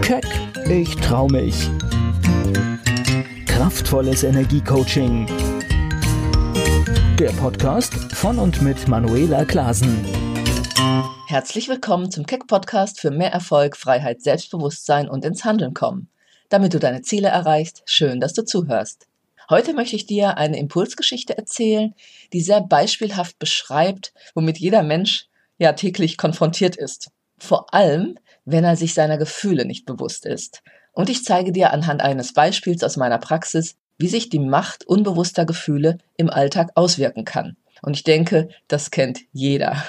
Keck, ich trau mich. Kraftvolles Energiecoaching. Der Podcast von und mit Manuela Klasen. Herzlich willkommen zum Keck-Podcast für mehr Erfolg, Freiheit, Selbstbewusstsein und ins Handeln kommen. Damit du deine Ziele erreichst, schön, dass du zuhörst. Heute möchte ich dir eine Impulsgeschichte erzählen, die sehr beispielhaft beschreibt, womit jeder Mensch ja täglich konfrontiert ist. Vor allem, wenn er sich seiner Gefühle nicht bewusst ist. Und ich zeige dir anhand eines Beispiels aus meiner Praxis, wie sich die Macht unbewusster Gefühle im Alltag auswirken kann. Und ich denke, das kennt jeder.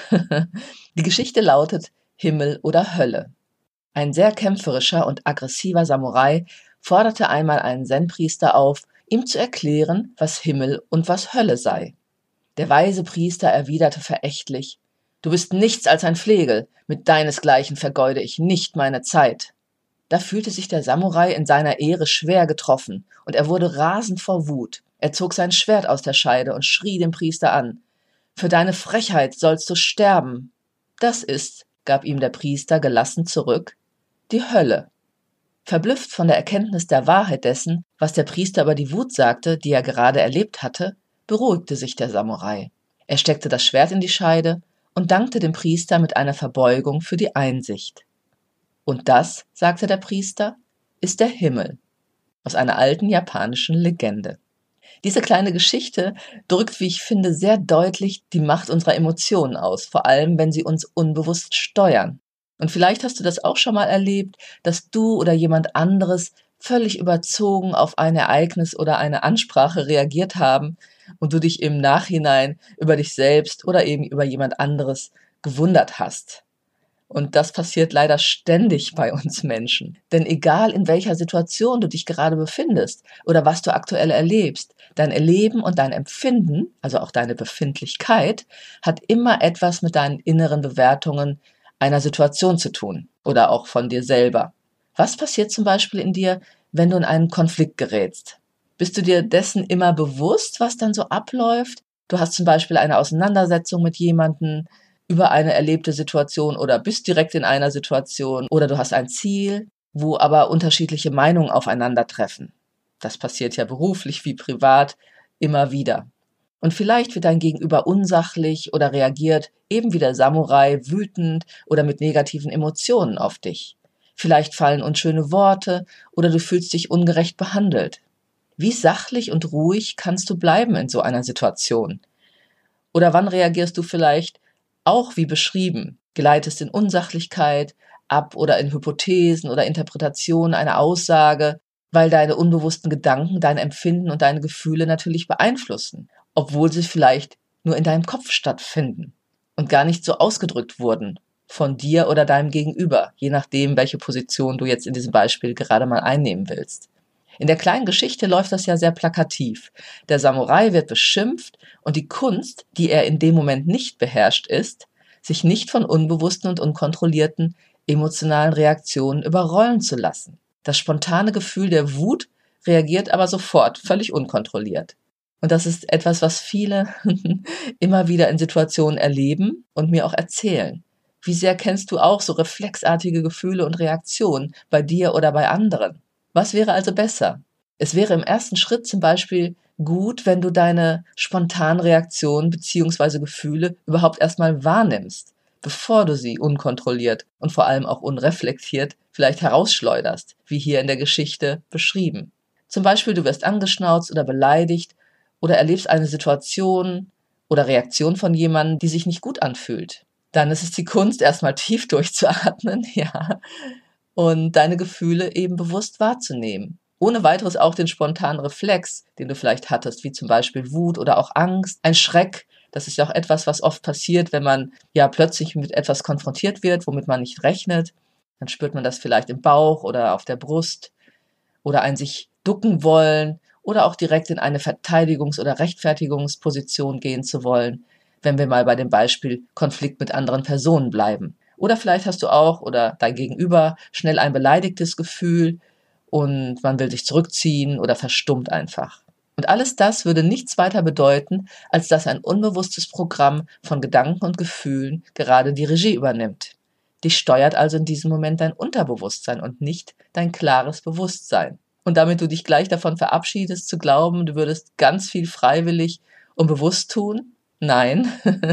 Die Geschichte lautet Himmel oder Hölle. Ein sehr kämpferischer und aggressiver Samurai forderte einmal einen Zen-Priester auf, ihm zu erklären, was Himmel und was Hölle sei. Der weise Priester erwiderte verächtlich: »Du bist nichts als ein Flegel, mit deinesgleichen vergeude ich nicht meine Zeit.« Da fühlte sich der Samurai in seiner Ehre schwer getroffen, und er wurde rasend vor Wut. Er zog sein Schwert aus der Scheide und schrie den Priester an: »Für deine Frechheit sollst du sterben!« »Das ist«, gab ihm der Priester gelassen zurück, »die Hölle.« Verblüfft von der Erkenntnis der Wahrheit dessen, was der Priester über die Wut sagte, die er gerade erlebt hatte, beruhigte sich der Samurai. Er steckte das Schwert in die Scheide und dankte dem Priester mit einer Verbeugung für die Einsicht. »Und das«, sagte der Priester, »ist der Himmel«, aus einer alten japanischen Legende. Diese kleine Geschichte drückt, wie ich finde, sehr deutlich die Macht unserer Emotionen aus, vor allem wenn sie uns unbewusst steuern. Und vielleicht hast du das auch schon mal erlebt, dass du oder jemand anderes völlig überzogen auf ein Ereignis oder eine Ansprache reagiert haben und du dich im Nachhinein über dich selbst oder eben über jemand anderes gewundert hast. Und das passiert leider ständig bei uns Menschen. Denn egal in welcher Situation du dich gerade befindest oder was du aktuell erlebst, dein Erleben und dein Empfinden, also auch deine Befindlichkeit, hat immer etwas mit deinen inneren Bewertungen einer Situation zu tun oder auch von dir selber. Was passiert zum Beispiel in dir, wenn du in einen Konflikt gerätst? Bist du dir dessen immer bewusst, was dann so abläuft? Du hast zum Beispiel eine Auseinandersetzung mit jemandem über eine erlebte Situation oder bist direkt in einer Situation oder du hast ein Ziel, wo aber unterschiedliche Meinungen aufeinandertreffen. Das passiert ja beruflich wie privat immer wieder. Und vielleicht wird dein Gegenüber unsachlich oder reagiert, eben wie der Samurai, wütend oder mit negativen Emotionen auf dich. Vielleicht fallen unschöne Worte oder du fühlst dich ungerecht behandelt. Wie sachlich und ruhig kannst du bleiben in so einer Situation? Oder wann reagierst du vielleicht auch wie beschrieben, gleitest in Unsachlichkeit ab oder in Hypothesen oder Interpretationen einer Aussage, weil deine unbewussten Gedanken, dein Empfinden und deine Gefühle natürlich beeinflussen, obwohl sie vielleicht nur in deinem Kopf stattfinden und gar nicht so ausgedrückt wurden von dir oder deinem Gegenüber, je nachdem, welche Position du jetzt in diesem Beispiel gerade mal einnehmen willst. In der kleinen Geschichte läuft das ja sehr plakativ. Der Samurai wird beschimpft und die Kunst, die er in dem Moment nicht beherrscht, ist, sich nicht von unbewussten und unkontrollierten emotionalen Reaktionen überrollen zu lassen. Das spontane Gefühl der Wut reagiert aber sofort, völlig unkontrolliert. Und das ist etwas, was viele immer wieder in Situationen erleben und mir auch erzählen. Wie sehr kennst du auch so reflexartige Gefühle und Reaktionen bei dir oder bei anderen? Was wäre also besser? Es wäre im ersten Schritt zum Beispiel gut, wenn du deine spontanen Reaktionen bzw. Gefühle überhaupt erstmal wahrnimmst, bevor du sie unkontrolliert und vor allem auch unreflektiert vielleicht herausschleuderst, wie hier in der Geschichte beschrieben. Zum Beispiel, du wirst angeschnauzt oder beleidigt oder erlebst eine Situation oder Reaktion von jemandem, die sich nicht gut anfühlt. Dann ist es die Kunst, erstmal tief durchzuatmen, ja, und deine Gefühle eben bewusst wahrzunehmen. Ohne weiteres auch den spontanen Reflex, den du vielleicht hattest, wie zum Beispiel Wut oder auch Angst, ein Schreck. Das ist ja auch etwas, was oft passiert, wenn man ja plötzlich mit etwas konfrontiert wird, womit man nicht rechnet. Dann spürt man das vielleicht im Bauch oder auf der Brust oder ein sich ducken wollen oder auch direkt in eine Verteidigungs- oder Rechtfertigungsposition gehen zu wollen, wenn wir mal bei dem Beispiel Konflikt mit anderen Personen bleiben. Oder vielleicht hast du auch oder dein Gegenüber schnell ein beleidigtes Gefühl und man will sich zurückziehen oder verstummt einfach. Und alles das würde nichts weiter bedeuten, als dass ein unbewusstes Programm von Gedanken und Gefühlen gerade die Regie übernimmt. Dich steuert also in diesem Moment dein Unterbewusstsein und nicht dein klares Bewusstsein. Und damit du dich gleich davon verabschiedest, zu glauben, du würdest ganz viel freiwillig und bewusst tun? Nein.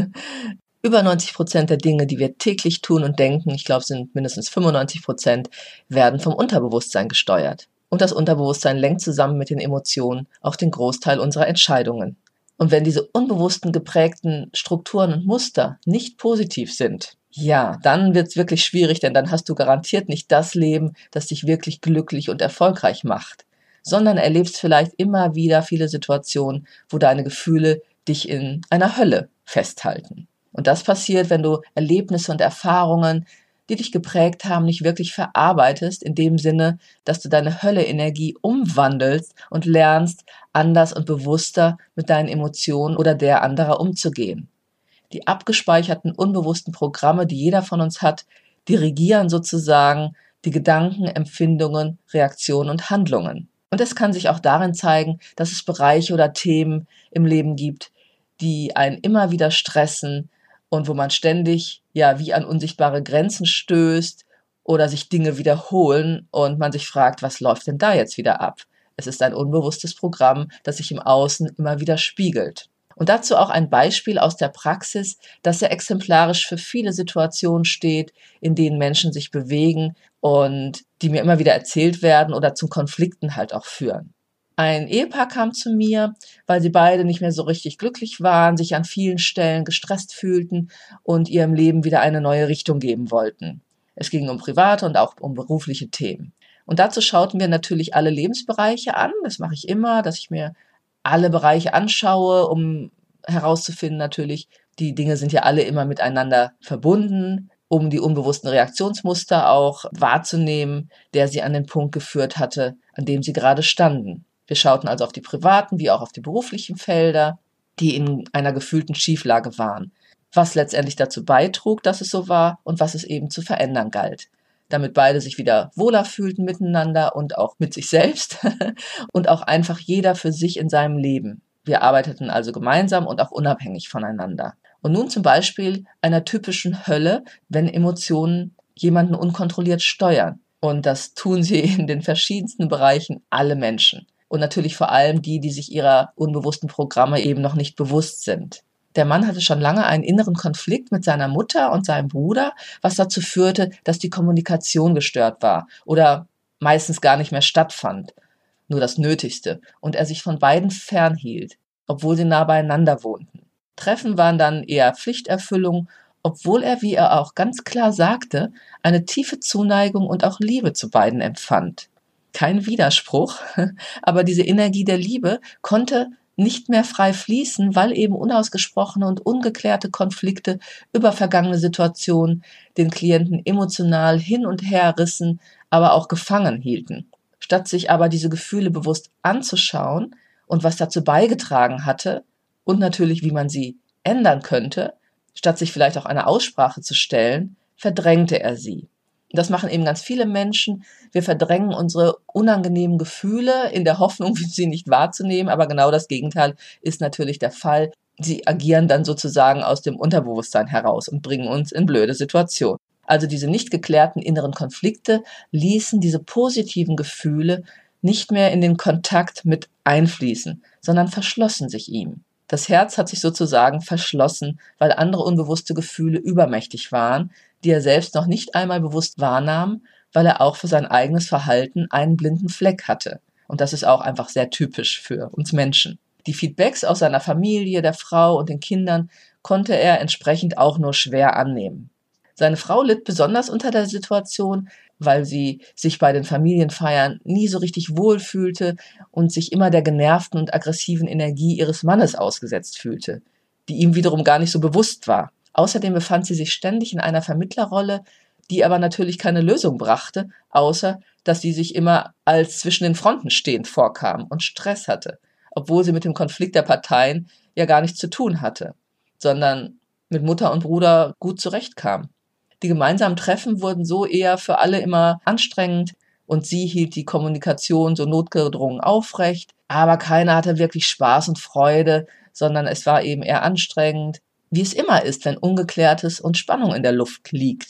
Über 90% der Dinge, die wir täglich tun und denken, ich glaube, es sind mindestens 95%, werden vom Unterbewusstsein gesteuert. Und das Unterbewusstsein lenkt zusammen mit den Emotionen auch den Großteil unserer Entscheidungen. Und wenn diese unbewussten geprägten Strukturen und Muster nicht positiv sind, ja, dann wird es wirklich schwierig, denn dann hast du garantiert nicht das Leben, das dich wirklich glücklich und erfolgreich macht, sondern erlebst vielleicht immer wieder viele Situationen, wo deine Gefühle dich in einer Hölle festhalten. Und das passiert, wenn du Erlebnisse und Erfahrungen, die dich geprägt haben, nicht wirklich verarbeitest, in dem Sinne, dass du deine Hölle-Energie umwandelst und lernst, anders und bewusster mit deinen Emotionen oder der anderer umzugehen. Die abgespeicherten, unbewussten Programme, die jeder von uns hat, dirigieren sozusagen die Gedanken, Empfindungen, Reaktionen und Handlungen. Und es kann sich auch darin zeigen, dass es Bereiche oder Themen im Leben gibt, die einen immer wieder stressen und wo man ständig wie an unsichtbare Grenzen stößt oder sich Dinge wiederholen und man sich fragt, was läuft denn da jetzt wieder ab? Es ist ein unbewusstes Programm, das sich im Außen immer wieder spiegelt. Und dazu auch ein Beispiel aus der Praxis, das sehr exemplarisch für viele Situationen steht, in denen Menschen sich bewegen und die mir immer wieder erzählt werden oder zu Konflikten halt auch führen. Ein Ehepaar kam zu mir, weil sie beide nicht mehr so richtig glücklich waren, sich an vielen Stellen gestresst fühlten und ihrem Leben wieder eine neue Richtung geben wollten. Es ging um private und auch um berufliche Themen. Und dazu schauten wir natürlich alle Lebensbereiche an. Das mache ich immer, dass ich mir alle Bereiche anschaue, um herauszufinden natürlich, die Dinge sind ja alle immer miteinander verbunden, um die unbewussten Reaktionsmuster auch wahrzunehmen, der sie an den Punkt geführt hatte, an dem sie gerade standen. Wir schauten also auf die privaten wie auch auf die beruflichen Felder, die in einer gefühlten Schieflage waren, was letztendlich dazu beitrug, dass es so war und was es eben zu verändern galt, damit beide sich wieder wohler fühlten miteinander und auch mit sich selbst und auch einfach jeder für sich in seinem Leben. Wir arbeiteten also gemeinsam und auch unabhängig voneinander. Und nun zum Beispiel einer typischen Hölle, wenn Emotionen jemanden unkontrolliert steuern. Und das tun sie in den verschiedensten Bereichen alle Menschen. Und natürlich vor allem die, die sich ihrer unbewussten Programme eben noch nicht bewusst sind. Der Mann hatte schon lange einen inneren Konflikt mit seiner Mutter und seinem Bruder, was dazu führte, dass die Kommunikation gestört war oder meistens gar nicht mehr stattfand, nur das Nötigste, und er sich von beiden fernhielt, obwohl sie nah beieinander wohnten. Treffen waren dann eher Pflichterfüllung, obwohl er, wie er auch ganz klar sagte, eine tiefe Zuneigung und auch Liebe zu beiden empfand. Kein Widerspruch, aber diese Energie der Liebe konnte nicht mehr frei fließen, weil eben unausgesprochene und ungeklärte Konflikte über vergangene Situationen den Klienten emotional hin und her rissen, aber auch gefangen hielten. Statt sich aber diese Gefühle bewusst anzuschauen und was dazu beigetragen hatte und natürlich, wie man sie ändern könnte, statt sich vielleicht auch eine Aussprache zu stellen, verdrängte er sie. Das machen eben ganz viele Menschen. Wir verdrängen unsere unangenehmen Gefühle in der Hoffnung, sie nicht wahrzunehmen. Aber genau das Gegenteil ist natürlich der Fall. Sie agieren dann sozusagen aus dem Unterbewusstsein heraus und bringen uns in blöde Situationen. Also diese nicht geklärten inneren Konflikte ließen diese positiven Gefühle nicht mehr in den Kontakt mit einfließen, sondern verschlossen sich ihm. Das Herz hat sich sozusagen verschlossen, weil andere unbewusste Gefühle übermächtig waren, die er selbst noch nicht einmal bewusst wahrnahm, weil er auch für sein eigenes Verhalten einen blinden Fleck hatte. Und das ist auch einfach sehr typisch für uns Menschen. Die Feedbacks aus seiner Familie, der Frau und den Kindern konnte er entsprechend auch nur schwer annehmen. Seine Frau litt besonders unter der Situation, weil sie sich bei den Familienfeiern nie so richtig wohlfühlte und sich immer der genervten und aggressiven Energie ihres Mannes ausgesetzt fühlte, die ihm wiederum gar nicht so bewusst war. Außerdem befand sie sich ständig in einer Vermittlerrolle, die aber natürlich keine Lösung brachte, außer dass sie sich immer als zwischen den Fronten stehend vorkam und Stress hatte, obwohl sie mit dem Konflikt der Parteien ja gar nichts zu tun hatte, sondern mit Mutter und Bruder gut zurechtkam. Die gemeinsamen Treffen wurden so eher für alle immer anstrengend und sie hielt die Kommunikation so notgedrungen aufrecht, aber keiner hatte wirklich Spaß und Freude, sondern es war eben eher anstrengend, wie es immer ist, wenn Ungeklärtes und Spannung in der Luft liegt.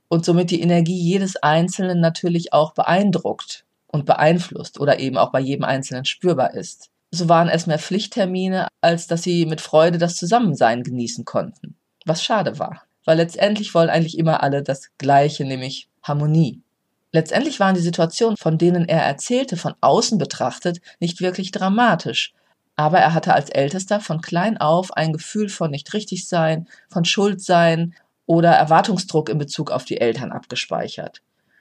und somit die Energie jedes Einzelnen natürlich auch beeindruckt und beeinflusst oder eben auch bei jedem Einzelnen spürbar ist. So waren es mehr Pflichttermine, als dass sie mit Freude das Zusammensein genießen konnten. Was schade war, weil letztendlich wollen eigentlich immer alle das Gleiche, nämlich Harmonie. Letztendlich waren die Situationen, von denen er erzählte, von außen betrachtet, nicht wirklich dramatisch. Aber er hatte als Ältester von klein auf ein Gefühl von nicht richtig sein, von Schuld sein oder Erwartungsdruck in Bezug auf die Eltern abgespeichert.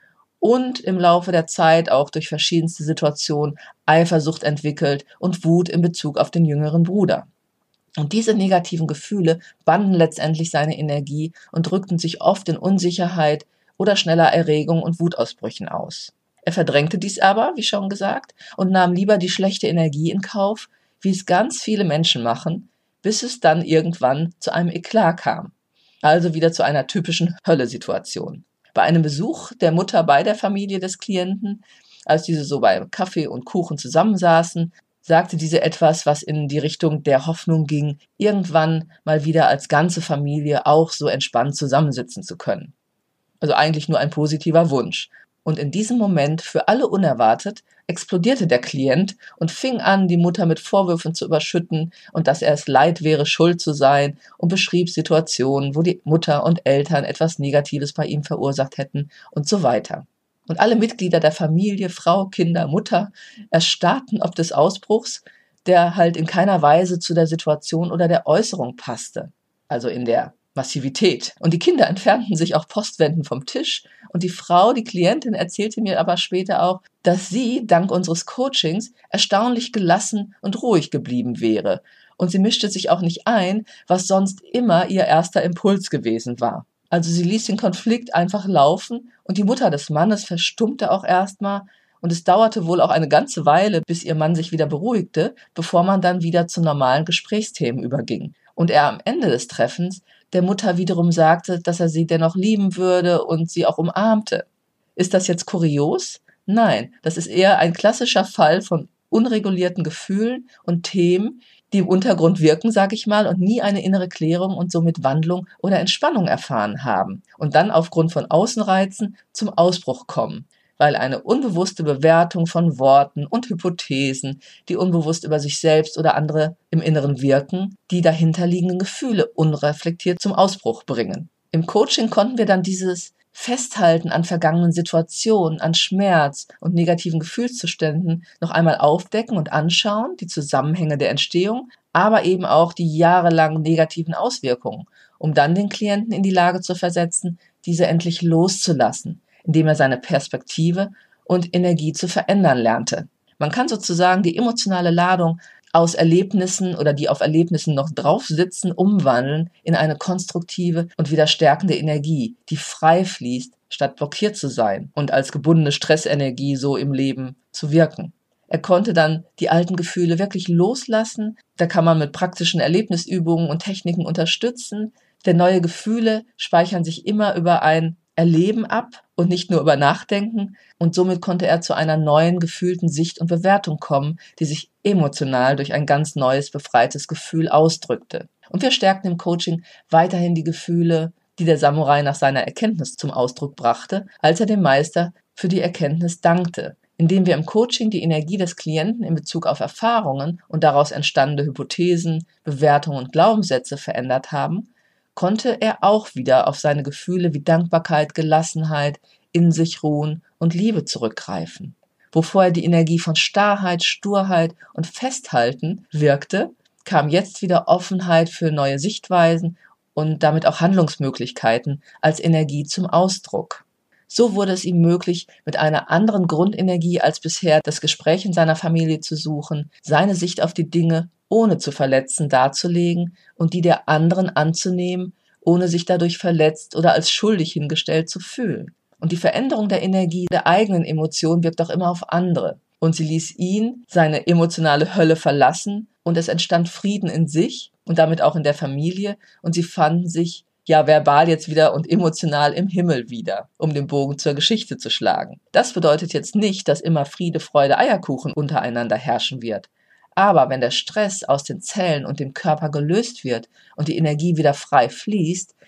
Und im Laufe der Zeit auch durch verschiedenste Situationen Eifersucht entwickelt und Wut in Bezug auf den jüngeren Bruder. Und diese negativen Gefühle banden letztendlich seine Energie und drückten sich oft in Unsicherheit oder schneller Erregung und Wutausbrüchen aus. Er verdrängte dies aber, wie schon gesagt, und nahm lieber die schlechte Energie in Kauf, wie es ganz viele Menschen machen, bis es dann irgendwann zu einem Eklat kam. Also wieder zu einer typischen Hölle-Situation. Bei einem Besuch der Mutter bei der Familie des Klienten, als diese so bei Kaffee und Kuchen zusammensaßen, sagte diese etwas, was in die Richtung der Hoffnung ging, irgendwann mal wieder als ganze Familie auch so entspannt zusammensitzen zu können. Also eigentlich nur ein positiver Wunsch. Und in diesem Moment, für alle unerwartet, explodierte der Klient und fing an, die Mutter mit Vorwürfen zu überschütten und dass er es leid wäre, schuld zu sein, und beschrieb Situationen, wo die Mutter und Eltern etwas Negatives bei ihm verursacht hätten und so weiter. Und alle Mitglieder der Familie, Frau, Kinder, Mutter, erstarrten ob des Ausbruchs, der halt in keiner Weise zu der Situation oder der Äußerung passte. Also in der Massivität. Und die Kinder entfernten sich auch postwendend vom Tisch. Und die Frau, die Klientin, erzählte mir aber später auch, dass sie, dank unseres Coachings, erstaunlich gelassen und ruhig geblieben wäre. Und sie mischte sich auch nicht ein, was sonst immer ihr erster Impuls gewesen war. Also sie ließ den Konflikt einfach laufen und die Mutter des Mannes verstummte auch erstmal. Und es dauerte wohl auch eine ganze Weile, bis ihr Mann sich wieder beruhigte, bevor man dann wieder zu normalen Gesprächsthemen überging. Und er am Ende des Treffens der Mutter wiederum sagte, dass er sie dennoch lieben würde und sie auch umarmte. Ist das jetzt kurios? Nein, das ist eher ein klassischer Fall von unregulierten Gefühlen und Themen, die im Untergrund wirken, sage ich mal, und nie eine innere Klärung und somit Wandlung oder Entspannung erfahren haben und dann aufgrund von Außenreizen zum Ausbruch kommen, weil eine unbewusste Bewertung von Worten und Hypothesen, die unbewusst über sich selbst oder andere im Inneren wirken, die dahinterliegenden Gefühle unreflektiert zum Ausbruch bringen. Im Coaching konnten wir dann dieses Festhalten an vergangenen Situationen, an Schmerz und negativen Gefühlszuständen noch einmal aufdecken und anschauen, die Zusammenhänge der Entstehung, aber eben auch die jahrelangen negativen Auswirkungen, um dann den Klienten in die Lage zu versetzen, diese endlich loszulassen, indem er seine Perspektive und Energie zu verändern lernte. Man kann sozusagen die emotionale Ladung aus Erlebnissen oder die auf Erlebnissen noch drauf sitzen, umwandeln in eine konstruktive und wieder stärkende Energie, die frei fließt, statt blockiert zu sein und als gebundene Stressenergie so im Leben zu wirken. Er konnte dann die alten Gefühle wirklich loslassen. Da kann man mit praktischen Erlebnisübungen und Techniken unterstützen, denn neue Gefühle speichern sich immer über ein Erleben ab und nicht nur über Nachdenken, und somit konnte er zu einer neuen gefühlten Sicht und Bewertung kommen, die sich emotional durch ein ganz neues, befreites Gefühl ausdrückte. Und wir stärkten im Coaching weiterhin die Gefühle, die der Samurai nach seiner Erkenntnis zum Ausdruck brachte, als er dem Meister für die Erkenntnis dankte, indem wir im Coaching die Energie des Klienten in Bezug auf Erfahrungen und daraus entstandene Hypothesen, Bewertungen und Glaubenssätze verändert haben, konnte er auch wieder auf seine Gefühle wie Dankbarkeit, Gelassenheit, in sich ruhen und Liebe zurückgreifen. Wo er die Energie von Starrheit, Sturheit und Festhalten wirkte, kam jetzt wieder Offenheit für neue Sichtweisen und damit auch Handlungsmöglichkeiten als Energie zum Ausdruck. So wurde es ihm möglich, mit einer anderen Grundenergie als bisher das Gespräch in seiner Familie zu suchen, seine Sicht auf die Dinge ohne zu verletzen darzulegen und die der anderen anzunehmen, ohne sich dadurch verletzt oder als schuldig hingestellt zu fühlen. Und die Veränderung der Energie der eigenen Emotion wirkt auch immer auf andere. Und sie ließ ihn seine emotionale Hölle verlassen und es entstand Frieden in sich und damit auch in der Familie und sie fanden sich ja verbal jetzt wieder und emotional im Himmel wieder, um den Bogen zur Geschichte zu schlagen. Das bedeutet jetzt nicht, dass immer Friede, Freude, Eierkuchen untereinander herrschen wird. Aber wenn der Stress aus den Zellen und dem Körper gelöst wird und die Energie wieder frei fließt,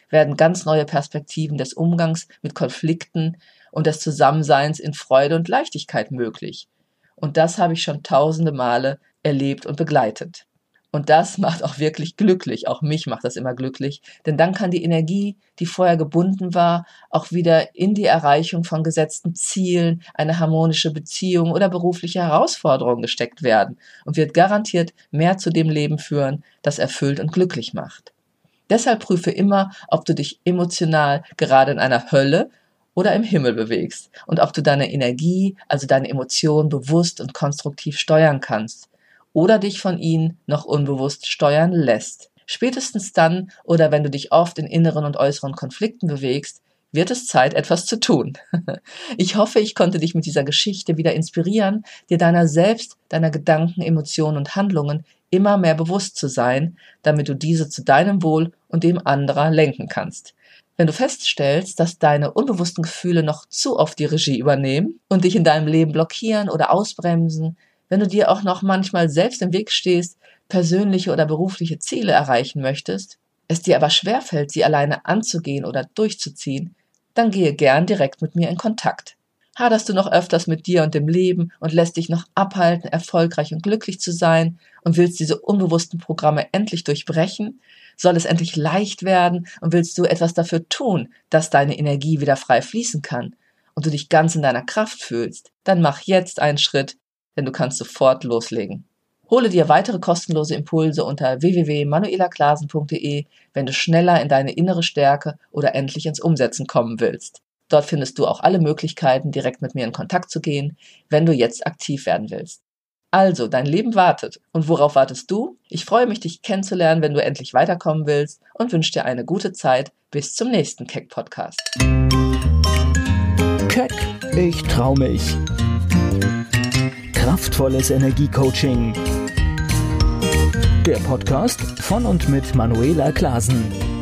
werden ganz neue Perspektiven des Umgangs mit Konflikten und des Zusammenseins in Freude und Leichtigkeit möglich. Und das habe ich schon tausende Male erlebt und begleitet. Und das macht auch wirklich glücklich, auch mich macht das immer glücklich, denn dann kann die Energie, die vorher gebunden war, auch wieder in die Erreichung von gesetzten Zielen, eine harmonische Beziehung oder berufliche Herausforderungen gesteckt werden und wird garantiert mehr zu dem Leben führen, das erfüllt und glücklich macht. Deshalb prüfe immer, ob du dich emotional gerade in einer Hölle oder im Himmel bewegst und ob du deine Energie, also deine Emotionen bewusst und konstruktiv steuern kannst oder dich von ihnen noch unbewusst steuern lässt. Spätestens dann oder wenn du dich oft in inneren und äußeren Konflikten bewegst, wird es Zeit, etwas zu tun. Ich hoffe, ich konnte dich mit dieser Geschichte wieder inspirieren, dir deiner selbst, deiner Gedanken, Emotionen und Handlungen immer mehr bewusst zu sein, damit du diese zu deinem Wohl und dem anderer lenken kannst. Wenn du feststellst, dass deine unbewussten Gefühle noch zu oft die Regie übernehmen und dich in deinem Leben blockieren oder ausbremsen, wenn du dir auch noch manchmal selbst im Weg stehst, persönliche oder berufliche Ziele erreichen möchtest, es dir aber schwerfällt, sie alleine anzugehen oder durchzuziehen, dann gehe gern direkt mit mir in Kontakt. Haderst du noch öfters mit dir und dem Leben und lässt dich noch abhalten, erfolgreich und glücklich zu sein und willst diese unbewussten Programme endlich durchbrechen? Soll es endlich leicht werden und willst du etwas dafür tun, dass deine Energie wieder frei fließen kann und du dich ganz in deiner Kraft fühlst? Dann mach jetzt einen Schritt, denn du kannst sofort loslegen. Hole dir weitere kostenlose Impulse unter www.manuelaklasen.de, wenn du schneller in deine innere Stärke oder endlich ins Umsetzen kommen willst. Dort findest du auch alle Möglichkeiten, direkt mit mir in Kontakt zu gehen, wenn du jetzt aktiv werden willst. Also, dein Leben wartet. Und worauf wartest du? Ich freue mich, dich kennenzulernen, wenn du endlich weiterkommen willst und wünsche dir eine gute Zeit. Bis zum nächsten Keck-Podcast. Keck, ich trau mich. Kraftvolles Energiecoaching. Der Podcast von und mit Manuela Klasen.